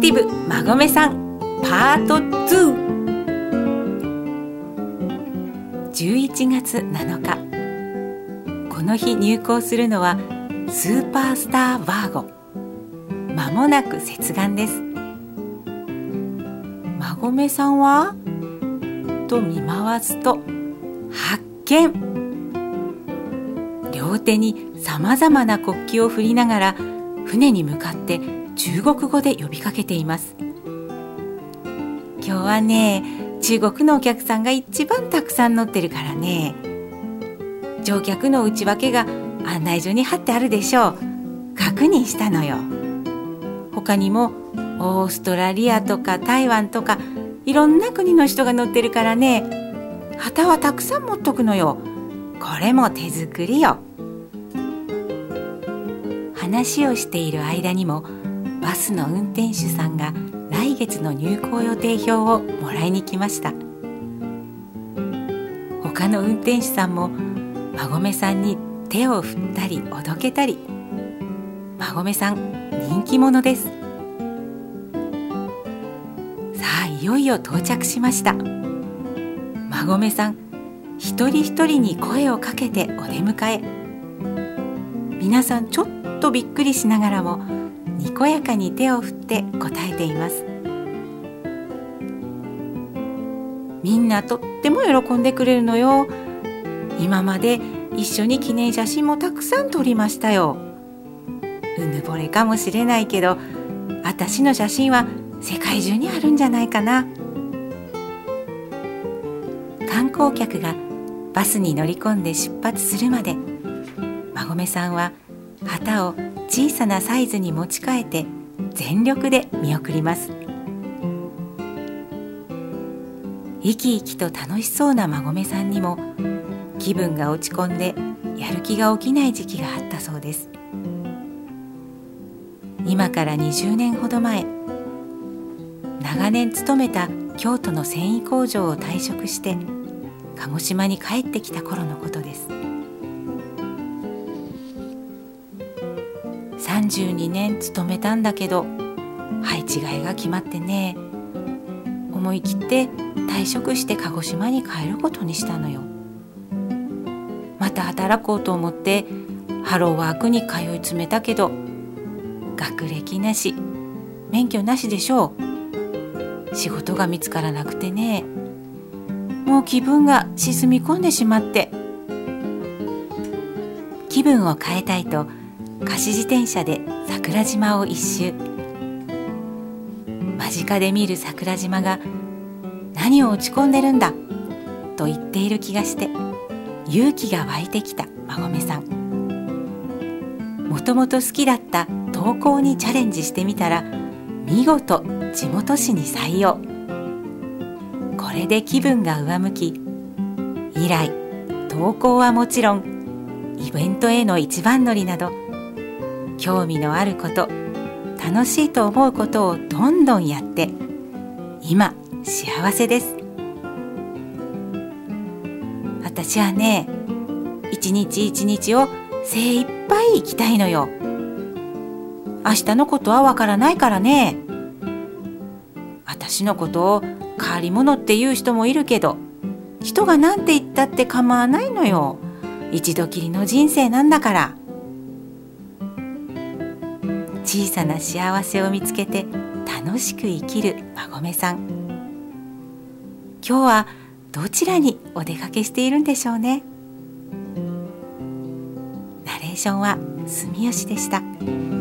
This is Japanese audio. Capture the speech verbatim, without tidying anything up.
ティブ馬込さんパートツー。じゅういちがつなのか、この日入港するのはスーパースターバーゴ。まもなく接岸です。馬込さんはと見回すと発見。両手にさまざまな国旗を振りながら船に向かって中国語で呼びかけています。今日はね、中国のお客さんが一番たくさん乗ってるからね。乗客の内訳が案内所に貼ってあるでしょう。確認したのよ。他にもオーストラリアとか台湾とかいろんな国の人が乗ってるからね、旗はたくさん持っとくのよ。これも手作りよ。話をしている間にもバスの運転手さんが来月の入港予定表をもらいに来ました。他の運転手さんも馬込さんに手を振ったりおどけたり。馬込さん人気者です。さあ、いよいよ到着しました。馬込さん一人一人に声をかけてお出迎え。皆さんちょっとびっくりしながらもにこやかに手を振って答えています。みんなとっても喜んでくれるのよ。今まで一緒に記念写真もたくさん撮りましたよ。うぬぼれかもしれないけど、私の写真は世界中にあるんじゃないかな。観光客がバスに乗り込んで出発するまで、馬込さんは旗を小さなサイズに持ち替えて全力で見送ります。生き生きと楽しそうな馬込さんにも気分が落ち込んでやる気が起きない時期があったそうです。今からにじゅうねんほど前、長年勤めた京都の繊維工場を退職して鹿児島に帰ってきた頃のことです。さんじゅうにねん勤めたんだけど配置換えが決まってね、思い切って退職して鹿児島に帰ることにしたのよ。また働こうと思ってハローワークに通い詰めたけど、学歴なし免許なしでしょう。仕事が見つからなくてね、もう気分が沈み込んでしまって、気分を変えたいと貸し自転車で桜島を一周。間近で見る桜島が何を落ち込んでるんだと言っている気がして勇気が湧いてきた馬込さん。もともと好きだった登校にチャレンジしてみたら見事地元紙に採用。これで気分が上向き、以来登校はもちろんイベントへの一番乗りなど興味のあること、楽しいと思うことをどんどんやって今幸せです。私はね、一日一日を精一杯生きたいのよ。明日のことはわからないからね。私のことを変わり者って言う人もいるけど、人が何て言ったって構わないのよ。一度きりの人生なんだから。小さな幸せを見つけて楽しく生きる馬込さん。今日はどちらにお出かけしているんでしょうね。ナレーションは住吉でした。